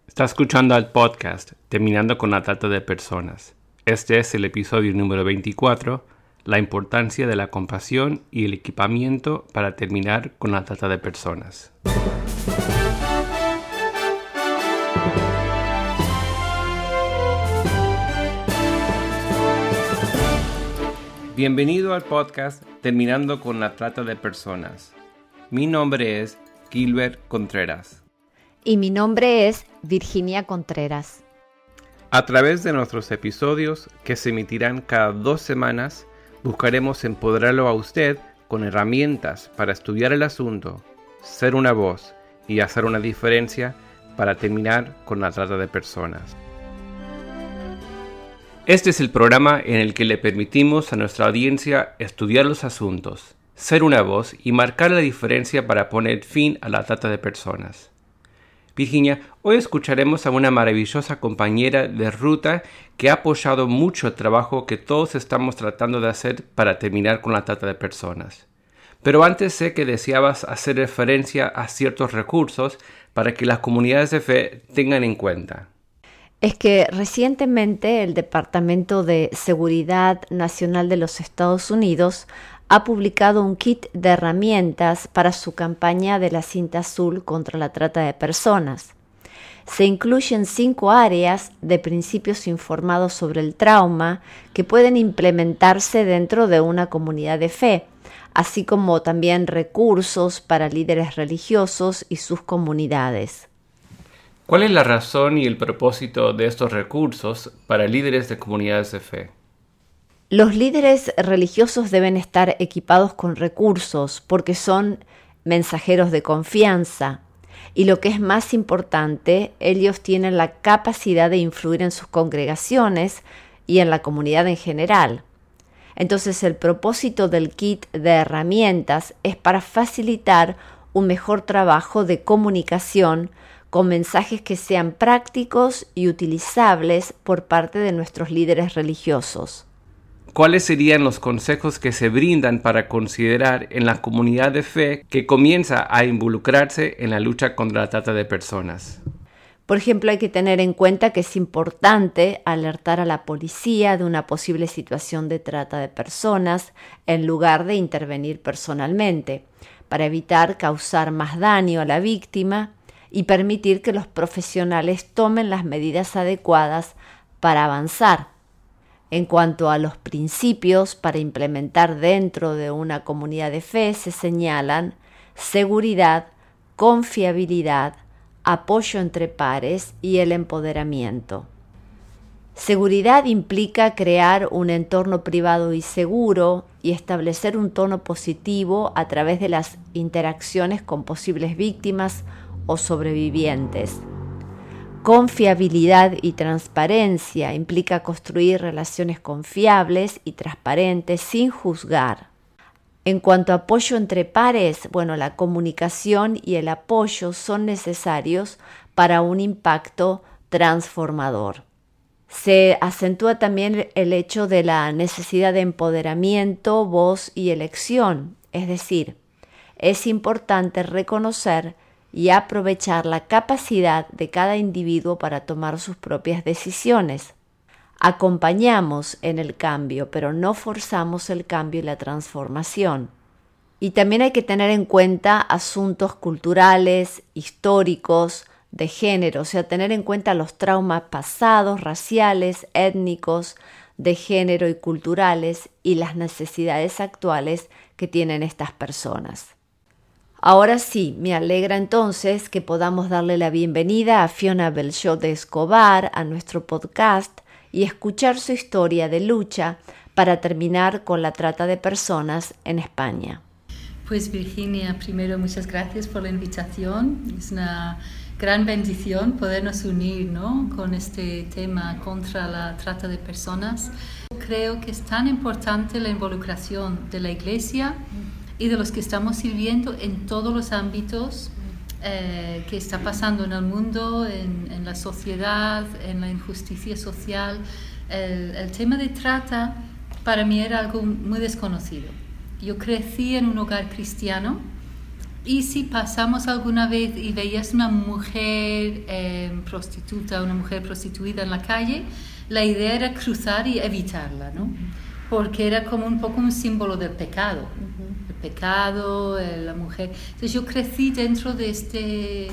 Está escuchando al podcast Terminando con la Trata de Personas. Este es el episodio número 24, la importancia de la compasión y el equipamiento para terminar con la trata de personas. Bienvenido al podcast Terminando con la Trata de Personas. Mi nombre es Gilbert Contreras. Y mi nombre es Virginia Contreras. A través de nuestros episodios, que se emitirán cada 2 semanas, buscaremos empoderarlo a usted con herramientas para estudiar el asunto, ser una voz y hacer una diferencia para terminar con la trata de personas. Este es el programa en el que le permitimos a nuestra audiencia estudiar los asuntos, ser una voz y marcar la diferencia para poner fin a la trata de personas. Virginia, hoy escucharemos a una maravillosa compañera de ruta que ha apoyado mucho el trabajo que todos estamos tratando de hacer para terminar con la trata de personas. Pero antes sé que deseabas hacer referencia a ciertos recursos para que las comunidades de fe tengan en cuenta. Es que recientemente el Departamento de Seguridad Nacional de los Estados Unidos ha publicado un kit de herramientas para su campaña de la cinta azul contra la trata de personas. Se incluyen 5 áreas de principios informados sobre el trauma que pueden implementarse dentro de una comunidad de fe, así como también recursos para líderes religiosos y sus comunidades. ¿Cuál es la razón y el propósito de estos recursos para líderes de comunidades de fe? Los líderes religiosos deben estar equipados con recursos porque son mensajeros de confianza y lo que es más importante, ellos tienen la capacidad de influir en sus congregaciones y en la comunidad en general. Entonces el propósito del kit de herramientas es para facilitar un mejor trabajo de comunicación con mensajes que sean prácticos y utilizables por parte de nuestros líderes religiosos. ¿Cuáles serían los consejos que se brindan para considerar en la comunidad de fe que comienza a involucrarse en la lucha contra la trata de personas? Por ejemplo, hay que tener en cuenta que es importante alertar a la policía de una posible situación de trata de personas en lugar de intervenir personalmente, para evitar causar más daño a la víctima y permitir que los profesionales tomen las medidas adecuadas para avanzar. En cuanto a los principios para implementar dentro de una comunidad de fe, se señalan seguridad, confiabilidad, apoyo entre pares y el empoderamiento. Seguridad implica crear un entorno privado y seguro y establecer un tono positivo a través de las interacciones con posibles víctimas o sobrevivientes. Confiabilidad y transparencia implica construir relaciones confiables y transparentes sin juzgar. En cuanto a apoyo entre pares, la comunicación y el apoyo son necesarios para un impacto transformador. Se acentúa también el hecho de la necesidad de empoderamiento, voz y elección, es decir, es importante reconocer y aprovechar la capacidad de cada individuo para tomar sus propias decisiones. Acompañamos en el cambio, pero no forzamos el cambio y la transformación. Y también hay que tener en cuenta asuntos culturales, históricos, de género, o sea, tener en cuenta los traumas pasados, raciales, étnicos, de género y culturales y las necesidades actuales que tienen estas personas. Ahora sí, me alegra entonces que podamos darle la bienvenida a Fiona Belchot de Escobar a nuestro podcast y escuchar su historia de lucha para terminar con la trata de personas en España. Pues Virginia, primero muchas gracias por la invitación. Es una gran bendición podernos unir, ¿no?, con este tema contra la trata de personas. Creo que es tan importante la involucración de la Iglesia y de los que estamos sirviendo en todos los ámbitos que está pasando en el mundo, en la sociedad, en la injusticia social. El tema de trata para mí era algo muy desconocido. Yo crecí en un hogar cristiano Y si pasamos alguna vez y veías una mujer prostituta, una mujer prostituida en la calle, la idea era cruzar y evitarla, ¿no? Porque era como un poco un símbolo del pecado. El pecado, la mujer. Entonces yo crecí dentro de este...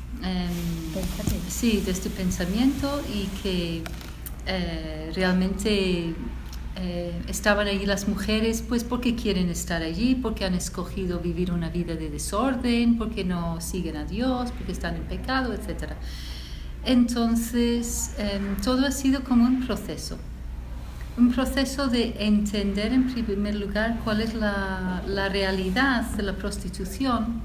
sí, de este pensamiento, y que realmente estaban allí las mujeres pues porque quieren estar allí, porque han escogido vivir una vida de desorden, porque no siguen a Dios, porque están en pecado, etc. Entonces todo ha sido como un proceso de entender en primer lugar cuál es la realidad de la prostitución,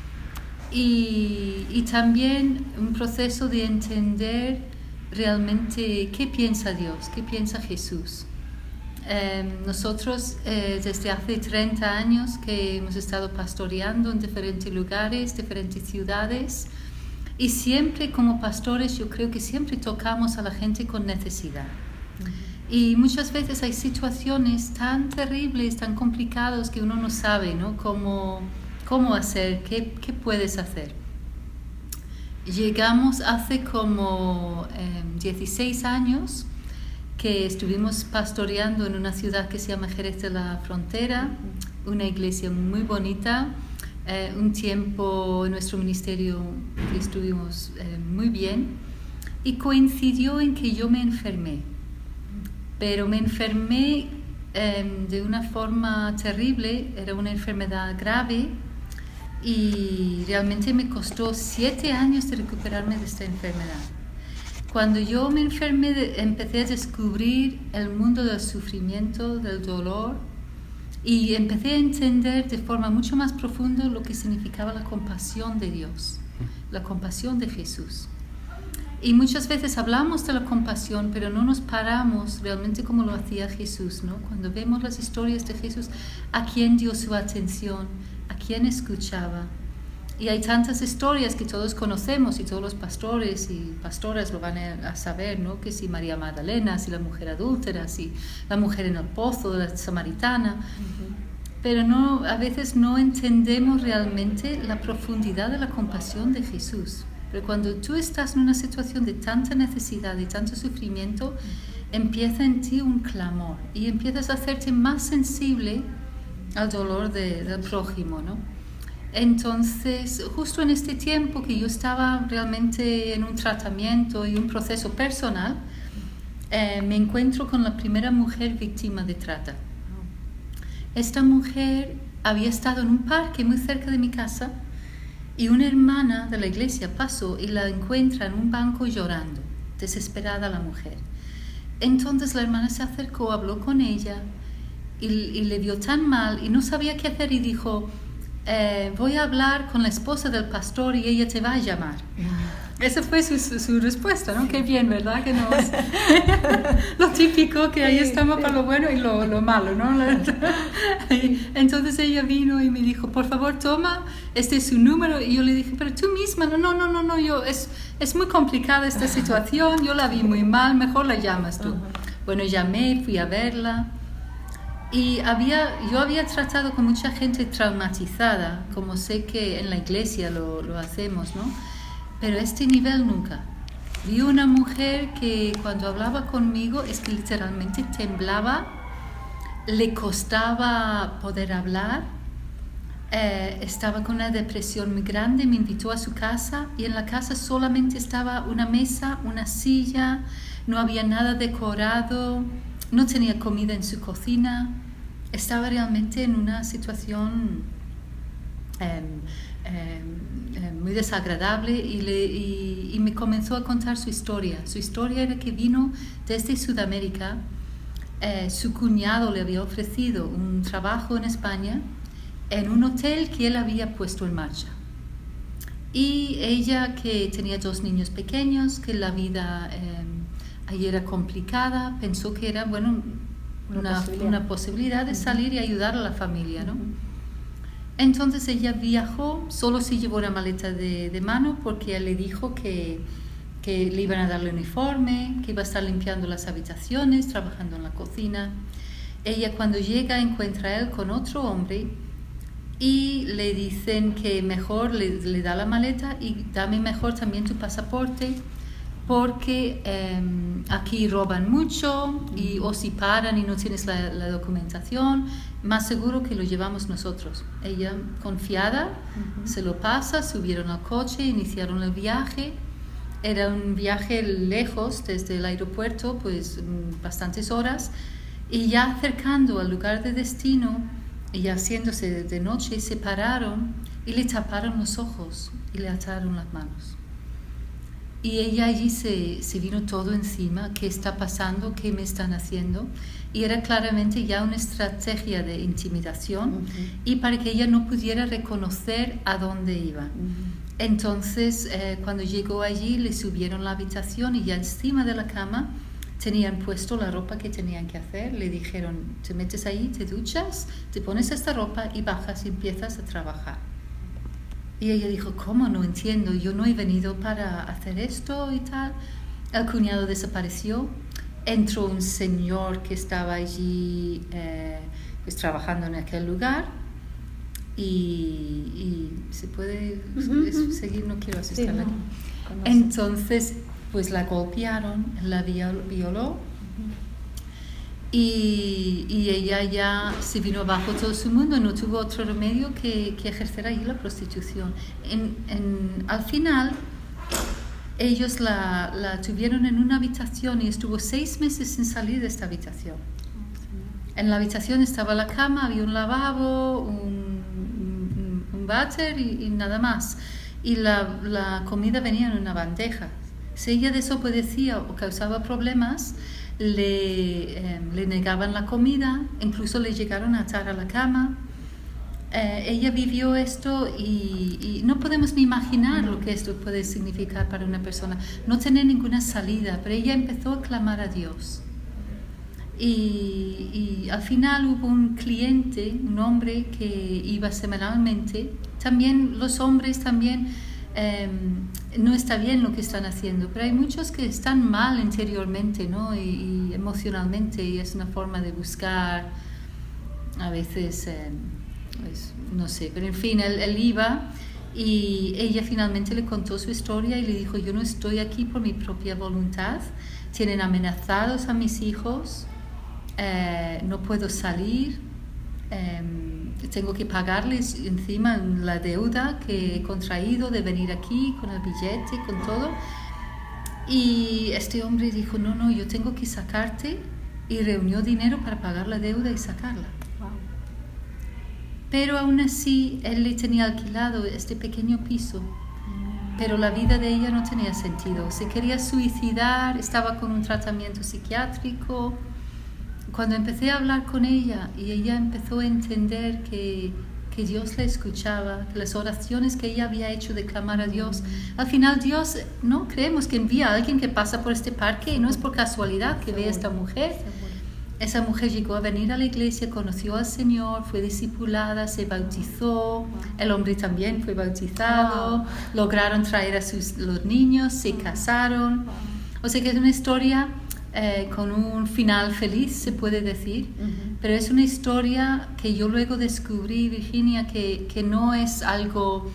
y también un proceso de entender realmente qué piensa Dios, qué piensa Jesús. Nosotros desde hace 30 años que hemos estado pastoreando en diferentes lugares, diferentes ciudades, y siempre como pastores yo creo que siempre tocamos a la gente con necesidad. Y muchas veces hay situaciones tan terribles, tan complicadas, que uno no sabe, ¿no? ¿Cómo hacer? ¿Qué puedes hacer? Llegamos hace como 16 años que estuvimos pastoreando en una ciudad que se llama Jerez de la Frontera, una iglesia muy bonita, un tiempo en nuestro ministerio que estuvimos muy bien, y coincidió en que yo me enfermé, pero me enfermé de una forma terrible, era una enfermedad grave, y realmente me costó 7 años de recuperarme de esta enfermedad. Cuando yo me enfermé, empecé a descubrir el mundo del sufrimiento, del dolor, y empecé a entender de forma mucho más profunda lo que significaba la compasión de Dios, la compasión de Jesús. Y muchas veces hablamos de la compasión, pero no nos paramos realmente como lo hacía Jesús, ¿no? Cuando vemos las historias de Jesús, ¿a quién dio su atención? ¿A quién escuchaba? Y hay tantas historias que todos conocemos, y todos los pastores y pastoras lo van a saber, ¿no? Que si María Magdalena, si la mujer adúltera, si la mujer en el pozo, la samaritana. Pero no, a veces no entendemos realmente la profundidad de la compasión de Jesús. Pero cuando tú estás en una situación de tanta necesidad y tanto sufrimiento, empieza en ti un clamor y empiezas a hacerte más sensible al dolor del prójimo, ¿no? Entonces, justo en este tiempo que yo estaba realmente en un tratamiento y un proceso personal, me encuentro con la primera mujer víctima de trata. Esta mujer había estado en un parque muy cerca de mi casa, y una hermana de la iglesia pasó y la encuentra en un banco llorando, desesperada la mujer. Entonces la hermana se acercó, habló con ella, y le vio tan mal y no sabía qué hacer, y dijo, voy a hablar con la esposa del pastor y ella te va a llamar. Esa fue su respuesta, ¿no? Qué bien, ¿verdad? Que nos... lo típico, que ahí estamos para lo bueno y lo malo, ¿no? Entonces ella vino y me dijo, por favor, toma, este es su número. Y yo le dije, pero tú misma, no, es muy complicada esta situación, yo la vi muy mal, mejor la llamas tú. Bueno, llamé, fui a verla. Y yo había tratado con mucha gente traumatizada, como sé que en la iglesia lo hacemos, ¿no? Pero a este nivel nunca. Vi una mujer que cuando hablaba conmigo es que literalmente temblaba, le costaba poder hablar, estaba con una depresión muy grande, me invitó a su casa, y en la casa solamente estaba una mesa, una silla, no había nada decorado, no tenía comida en su cocina, estaba realmente en una situación muy desagradable, y me comenzó a contar su historia. Su historia era que vino desde Sudamérica, su cuñado le había ofrecido un trabajo en España en un hotel que él había puesto en marcha. Y ella, que tenía 2 niños pequeños, que la vida ahí era complicada, pensó que era una posibilidad de salir y ayudar a la familia, ¿no? Entonces ella viajó, solo se llevó una maleta de mano, porque él le dijo que le iban a darle uniforme, que iba a estar limpiando las habitaciones, trabajando en la cocina. Ella, cuando llega, encuentra a él con otro hombre, y le dicen que mejor le da la maleta y dame mejor también tu pasaporte, porque aquí roban mucho y o si paran y no tienes la documentación, más seguro que lo llevamos nosotros. Ella, confiada, se lo pasa, subieron al coche, iniciaron el viaje. Era un viaje lejos desde el aeropuerto, pues bastantes horas, y ya acercando al lugar de destino y haciéndose de noche, se pararon y le taparon los ojos y le ataron las manos. Y ella allí se vino todo encima: ¿qué está pasando? ¿Qué me están haciendo? Y era claramente ya una estrategia de intimidación y para que ella no pudiera reconocer a dónde iba. Entonces, cuando llegó allí, le subieron a la habitación y ya encima de la cama tenían puesto la ropa que tenían que hacer. Le dijeron: te metes ahí, te duchas, te pones esta ropa y bajas y empiezas a trabajar. Y ella dijo: ¿cómo? No entiendo, yo no he venido para hacer esto y tal. El cuñado desapareció. Entró un señor que estaba allí pues trabajando en aquel lugar. Y se puede seguir, no quiero asustarla aquí. Entonces pues la golpearon, la violó y ella ya se vino abajo todo su mundo y no tuvo otro remedio que ejercer allí la prostitución. Al final ellos la tuvieron en una habitación y estuvo 6 meses sin salir de esta habitación. En la habitación estaba la cama, había un lavabo, un váter y nada más. Y la comida venía en una bandeja. Si ella desobedecía o causaba problemas, le negaban la comida, incluso le llegaron a atar a la cama. Ella vivió esto y no podemos ni imaginar lo que esto puede significar para una persona. No tener ninguna salida, pero ella empezó a clamar a Dios. Y al final hubo un cliente, un hombre que iba semanalmente. También los hombres también no está bien lo que están haciendo, pero hay muchos que están mal interiormente, ¿no? y emocionalmente, y es una forma de buscar a veces pues, no sé, pero en fin, él iba y ella finalmente le contó su historia y le dijo: yo no estoy aquí por mi propia voluntad, tienen amenazados a mis hijos, no puedo salir, tengo que pagarles encima la deuda que he contraído de venir aquí con el billete, con todo. Y este hombre dijo: no, yo tengo que sacarte, y reunió dinero para pagar la deuda y sacarla. Wow. Pero aún así él le tenía alquilado este pequeño piso, pero la vida de ella no tenía sentido. Se quería suicidar, estaba con un tratamiento psiquiátrico. Cuando empecé a hablar con ella y ella empezó a entender que Dios la escuchaba, que las oraciones que ella había hecho de clamar a Dios, al final Dios, no creemos que envía a alguien que pasa por este parque y no es por casualidad que ve a esta mujer. Esa mujer llegó a venir a la iglesia, conoció al Señor, fue discipulada, se bautizó, el hombre también fue bautizado, lograron traer a los niños, se casaron. O sea que es una historia con un final feliz, se puede decir, pero es una historia que yo luego descubrí, Virginia, que no es algo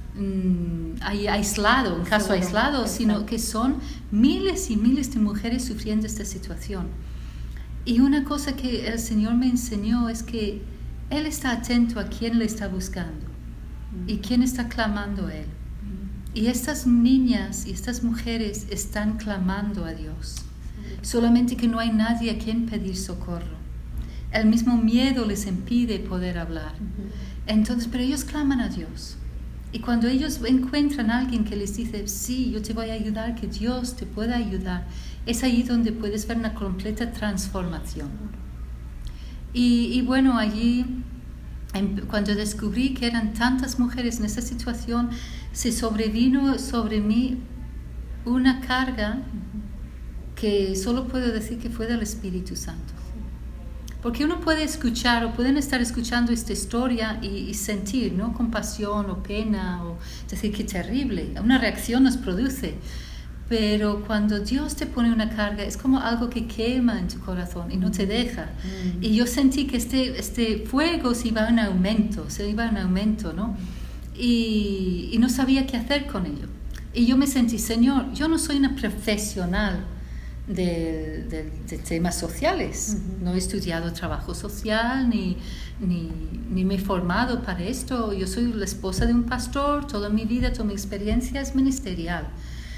aislado, un caso aislado, sino que son miles y miles de mujeres sufriendo esta situación. Y una cosa que el Señor me enseñó es que Él está atento a quién le está buscando y quién está clamando a Él. Y estas niñas y estas mujeres están clamando a Dios. Solamente que no hay nadie a quien pedir socorro. El mismo miedo les impide poder hablar. Entonces, pero ellos claman a Dios. Y cuando ellos encuentran a alguien que les dice: sí, yo te voy a ayudar, que Dios te pueda ayudar, es ahí donde puedes ver una completa transformación. Y bueno, allí, cuando descubrí que eran tantas mujeres en esa situación, se sobrevino sobre mí una carga que solo puedo decir que fue del Espíritu Santo. Porque uno puede escuchar o pueden estar escuchando esta historia y sentir, ¿no?, compasión o pena o decir qué terrible, una reacción nos produce. pero cuando Dios te pone una carga es como algo que quema en tu corazón y no te deja. Y yo sentí que este fuego se iba en aumento, ¿no? Y no sabía qué hacer con ello. Y yo me sentí, Señor, yo no soy una profesional de temas sociales. No he estudiado trabajo social ni me he formado para esto. Yo soy la esposa de un pastor, toda mi vida, toda mi experiencia es ministerial.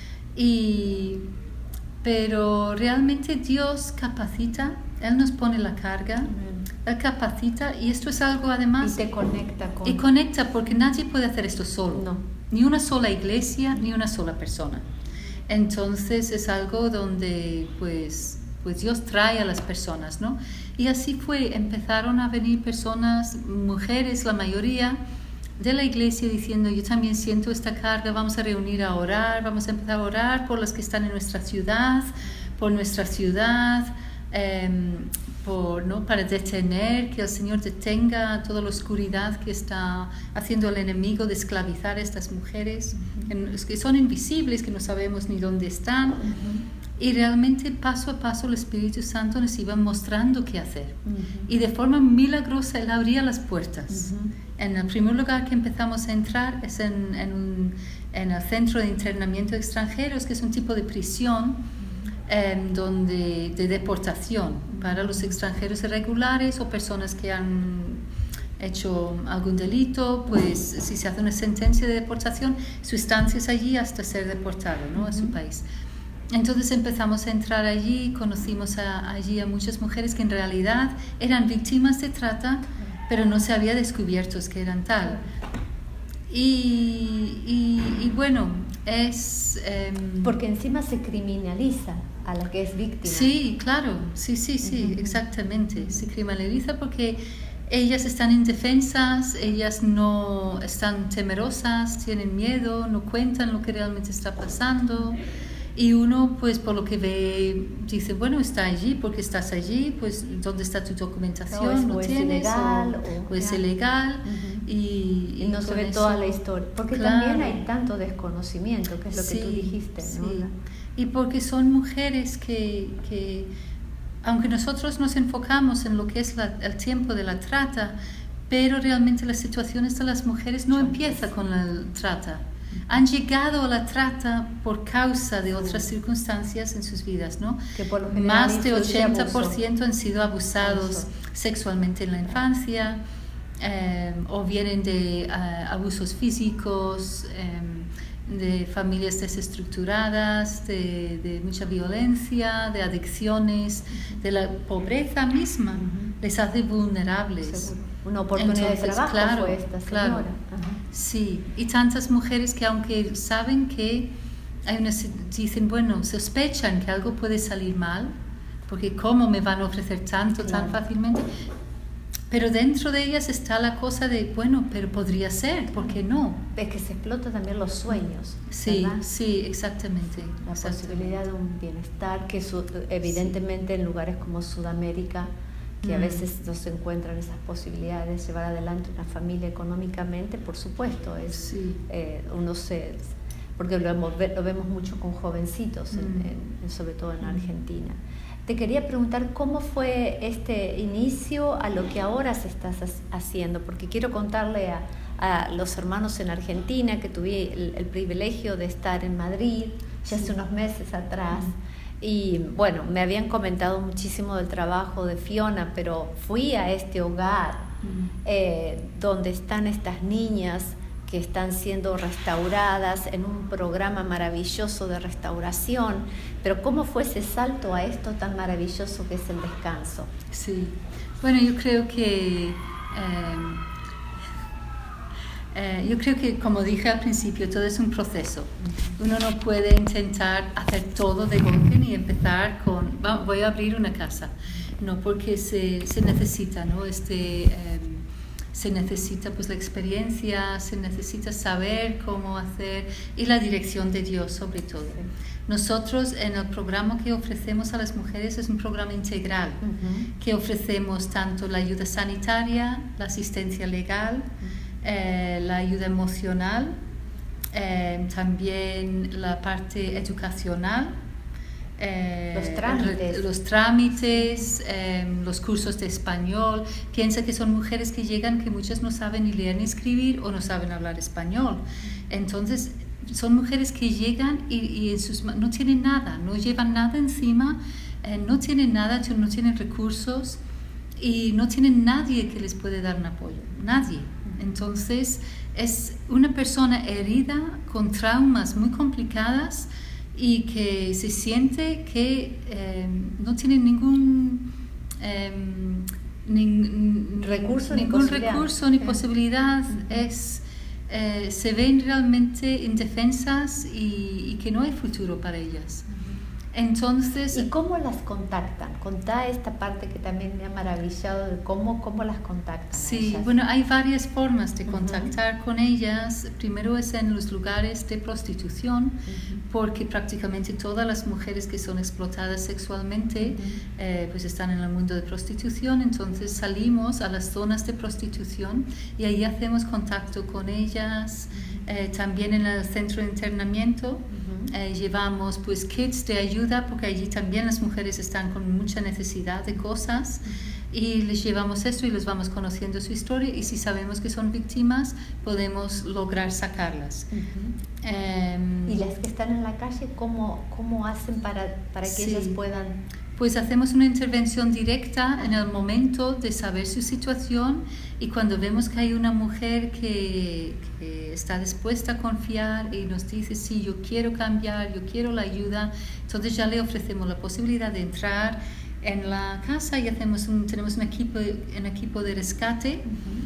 Pero realmente Dios capacita, Él nos pone la carga, Él capacita, y esto es algo además... Y te conecta con... Y conecta, porque nadie puede hacer esto solo. No. Ni una sola iglesia, ni una sola persona. Entonces es algo donde pues Dios trae a las personas, ¿no? Y así fue, empezaron a venir personas, mujeres la mayoría, de la iglesia diciendo, yo también siento esta carga, vamos a reunir a orar, vamos a empezar a orar por las que están en nuestra ciudad, por nuestra ciudad, para detener, que el Señor detenga toda la oscuridad que está haciendo el enemigo de esclavizar a estas mujeres, que son invisibles, que no sabemos ni dónde están. Y realmente paso a paso el Espíritu Santo nos iba mostrando qué hacer. Y de forma milagrosa Él abría las puertas. En el primer lugar que empezamos a entrar es en el Centro de Internamiento de Extranjeros, que es un tipo de prisión de deportación para los extranjeros irregulares o personas que han hecho algún delito. Pues si se hace una sentencia de deportación, su estancia es allí hasta ser deportado, ¿no? A su país. Entonces empezamos a entrar allí, conocimos allí a muchas mujeres que en realidad eran víctimas de trata, pero no se había descubierto que eran tal. Y bueno, es... porque encima se criminaliza a la que es víctima. Sí, claro, sí, exactamente. Se criminaliza porque ellas están indefensas, ellas no están temerosas, tienen miedo, no cuentan lo que realmente está pasando. Y uno, pues por lo que ve, dice, bueno, está allí, porque estás allí, pues ¿dónde está tu documentación? ¿No tienes? Ilegal, o es ilegal. Y no se ve toda la historia. Porque también hay tanto desconocimiento, que es lo que tú dijiste, ¿no? Sí. Y porque son mujeres que, aunque nosotros nos enfocamos en lo que es el tiempo de la trata, pero realmente las situaciones de las mujeres no empieza con la trata. Han llegado a la trata por causa de otras circunstancias en sus vidas, ¿no? Que por lo general más de 80% han sido abusados sexualmente en la infancia, o vienen de abusos físicos, de familias desestructuradas, de mucha violencia, de adicciones, de la pobreza misma, les hace vulnerables. Seguro. Una oportunidad de trabajo fue esta señora. Sí, y tantas mujeres que aunque saben que dicen, bueno, sospechan que algo puede salir mal, porque ¿cómo me van a ofrecer tanto tan fácilmente? Pero dentro de ellas está la cosa de, bueno, pero podría ser, ¿por qué no? Es que se explota también los sueños, sí, ¿verdad? Sí, exactamente. La posibilidad de un bienestar que evidentemente en lugares como Sudamérica, que a veces no se encuentran esas posibilidades de llevar adelante una familia económicamente, por supuesto, es porque lo vemos mucho con jovencitos, sobre todo en Argentina. Te quería preguntar cómo fue este inicio a lo que ahora se está haciendo, porque quiero contarle a los hermanos en Argentina que tuve el privilegio de estar en Madrid ya hace unos meses atrás. Y bueno, me habían comentado muchísimo del trabajo de Fiona, pero fui a este hogar donde están estas niñas que están siendo restauradas en un programa maravilloso de restauración. Pero ¿cómo fue ese salto a esto tan maravilloso que es el descanso? Sí, bueno, yo creo que como dije al principio, todo es un proceso. Uno no puede intentar hacer todo de golpe ni empezar con, voy a abrir una casa. No, porque se necesita, ¿no? Se necesita pues la experiencia, se necesita saber cómo hacer y la dirección de Dios sobre todo. Nosotros en el programa que ofrecemos a las mujeres es un programa integral, que ofrecemos tanto la ayuda sanitaria, la asistencia legal, la ayuda emocional también la parte educacional, los trámites, los cursos de español. Piensa que son mujeres que llegan que muchas no saben ni leer ni escribir o no saben hablar español. Entonces son mujeres que llegan y en sus no tienen nada, no llevan nada encima, no tienen nada, no tienen recursos y no tienen nadie que les puede dar un apoyo, nadie. Entonces es una persona herida con traumas muy complicadas y que se siente que no tiene ningún recurso ni posibilidad. Se ven realmente indefensas y que no hay futuro para ellas. Entonces, ¿y cómo las contactan? Contá esta parte que también me ha maravillado de cómo las contactan. Sí, bueno, hay varias formas de contactar con ellas. Primero es en los lugares de prostitución, porque prácticamente todas las mujeres que son explotadas sexualmente pues están en el mundo de prostitución. Entonces salimos a las zonas de prostitución y ahí hacemos contacto con ellas. También en el centro de internamiento llevamos pues kits de ayuda, porque allí también las mujeres están con mucha necesidad de cosas, y les llevamos esto y les vamos conociendo su historia, y si sabemos que son víctimas podemos lograr sacarlas. ¿Y las que están en la calle cómo hacen para que ellas puedan...? Pues hacemos una intervención directa en el momento de saber su situación, y cuando vemos que hay una mujer que está dispuesta a confiar y nos dice, sí, yo quiero cambiar, yo quiero la ayuda, entonces ya le ofrecemos la posibilidad de entrar en la casa y tenemos un equipo de rescate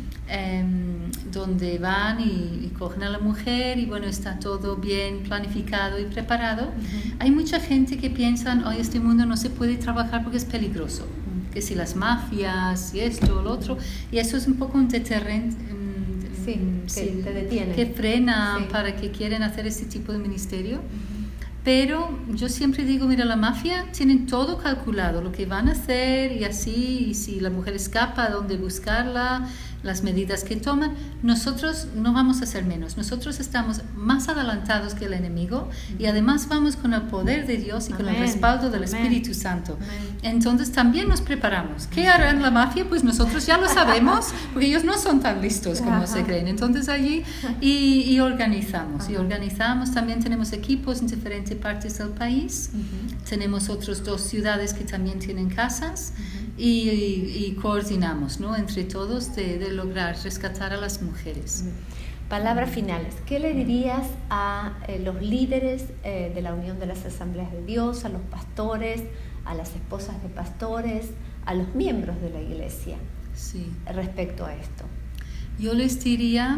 donde van y cogen a la mujer, y bueno, está todo bien planificado y preparado. Hay mucha gente que piensa, hoy este mundo no se puede trabajar porque es peligroso, que si las mafias y esto o lo otro, y eso es un poco un deterrente, te detiene, que frena para que quieren hacer este tipo de ministerio. Pero yo siempre digo, mira, la mafia tienen todo calculado, lo que van a hacer y así, y si la mujer escapa, dónde buscarla, las medidas que toman. Nosotros no vamos a ser menos, nosotros estamos más adelantados que el enemigo, y además vamos con el poder de Dios y con el respaldo del Espíritu Santo. Entonces también nos preparamos. ¿Qué harán la mafia? Pues nosotros ya lo sabemos, porque ellos no son tan listos como se creen. Entonces allí y organizamos. Y organizamos, también tenemos equipos en diferentes partes del país. Tenemos otras 2 ciudades que también tienen casas, y coordinamos, ¿no?, entre todos de lograr rescatar a las mujeres. Palabras finales. ¿Qué le dirías a los líderes de la Unión de las Asambleas de Dios, a los pastores, a las esposas de pastores, a los miembros de la iglesia respecto a esto? Yo les diría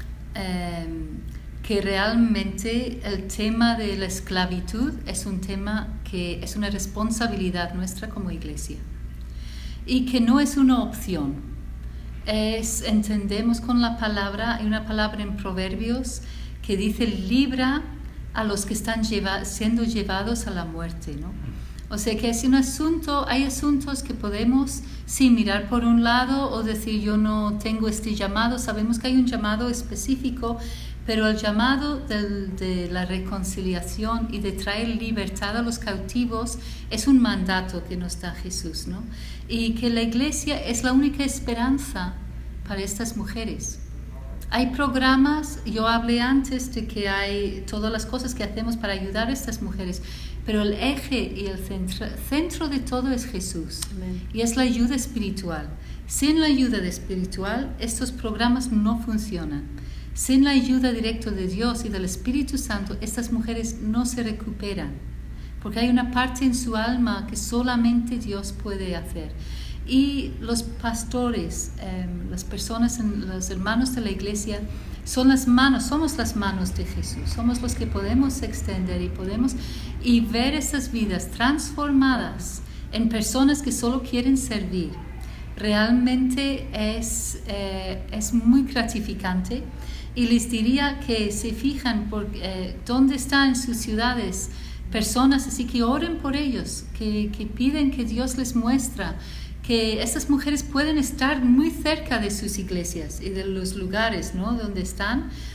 que realmente el tema de la esclavitud es un tema que es una responsabilidad nuestra como iglesia, y que no es una opción. Entendemos con la palabra, hay una palabra en Proverbios que dice, libra a los que están siendo llevados a la muerte, ¿no? O sea que es un asunto, hay asuntos que podemos mirar por un lado o decir, yo no tengo este llamado. Sabemos que hay un llamado específico, pero el llamado de la reconciliación y de traer libertad a los cautivos es un mandato que nos da Jesús, ¿no? Y que la iglesia es la única esperanza para estas mujeres. Hay programas, yo hablé antes de que hay todas las cosas que hacemos para ayudar a estas mujeres, pero el eje y el centro de todo es Jesús. Amén. Y es la ayuda espiritual. Sin la ayuda espiritual, estos programas no funcionan. Sin la ayuda directa de Dios y del Espíritu Santo, estas mujeres no se recuperan, porque hay una parte en su alma que solamente Dios puede hacer. Y los pastores, las personas, los hermanos de la iglesia, somos las manos de Jesús, somos los que podemos extender y ver esas vidas transformadas en personas que solo quieren servir. Realmente es muy gratificante. Y les diría que se fijan por dónde están en sus ciudades personas, así que oren por ellos, que piden que Dios les muestra que estas mujeres pueden estar muy cerca de sus iglesias y de los lugares, ¿no?, donde están,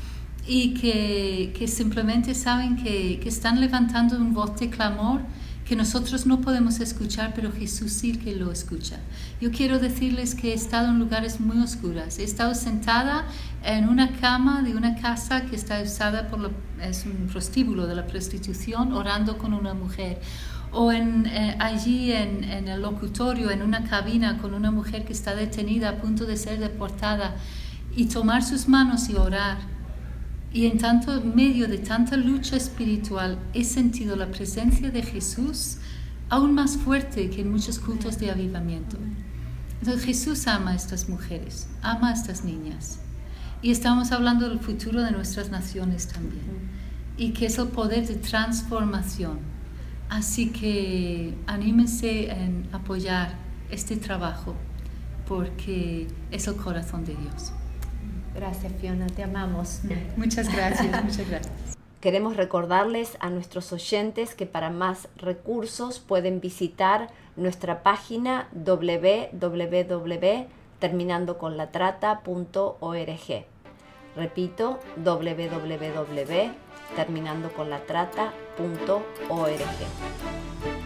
y que simplemente saben que están levantando un voz de clamor que nosotros no podemos escuchar, pero Jesús sí que lo escucha. Yo quiero decirles que he estado en lugares muy oscuros. He estado sentada en una cama de una casa que está usada es un prostíbulo de la prostitución, orando con una mujer. O allí en el locutorio, en una cabina con una mujer que está detenida a punto de ser deportada, y tomar sus manos y orar. Y en medio de tanta lucha espiritual he sentido la presencia de Jesús aún más fuerte que en muchos cultos de avivamiento. Entonces Jesús ama a estas mujeres, ama a estas niñas. Y estamos hablando del futuro de nuestras naciones también. Y que es el poder de transformación. Así que anímense en apoyar este trabajo porque es el corazón de Dios. Gracias, Fiona, te amamos. Muchas gracias, muchas gracias. Queremos recordarles a nuestros oyentes que para más recursos pueden visitar nuestra página www.terminandoconlatrata.org. Repito, www.terminandoconlatrata.org.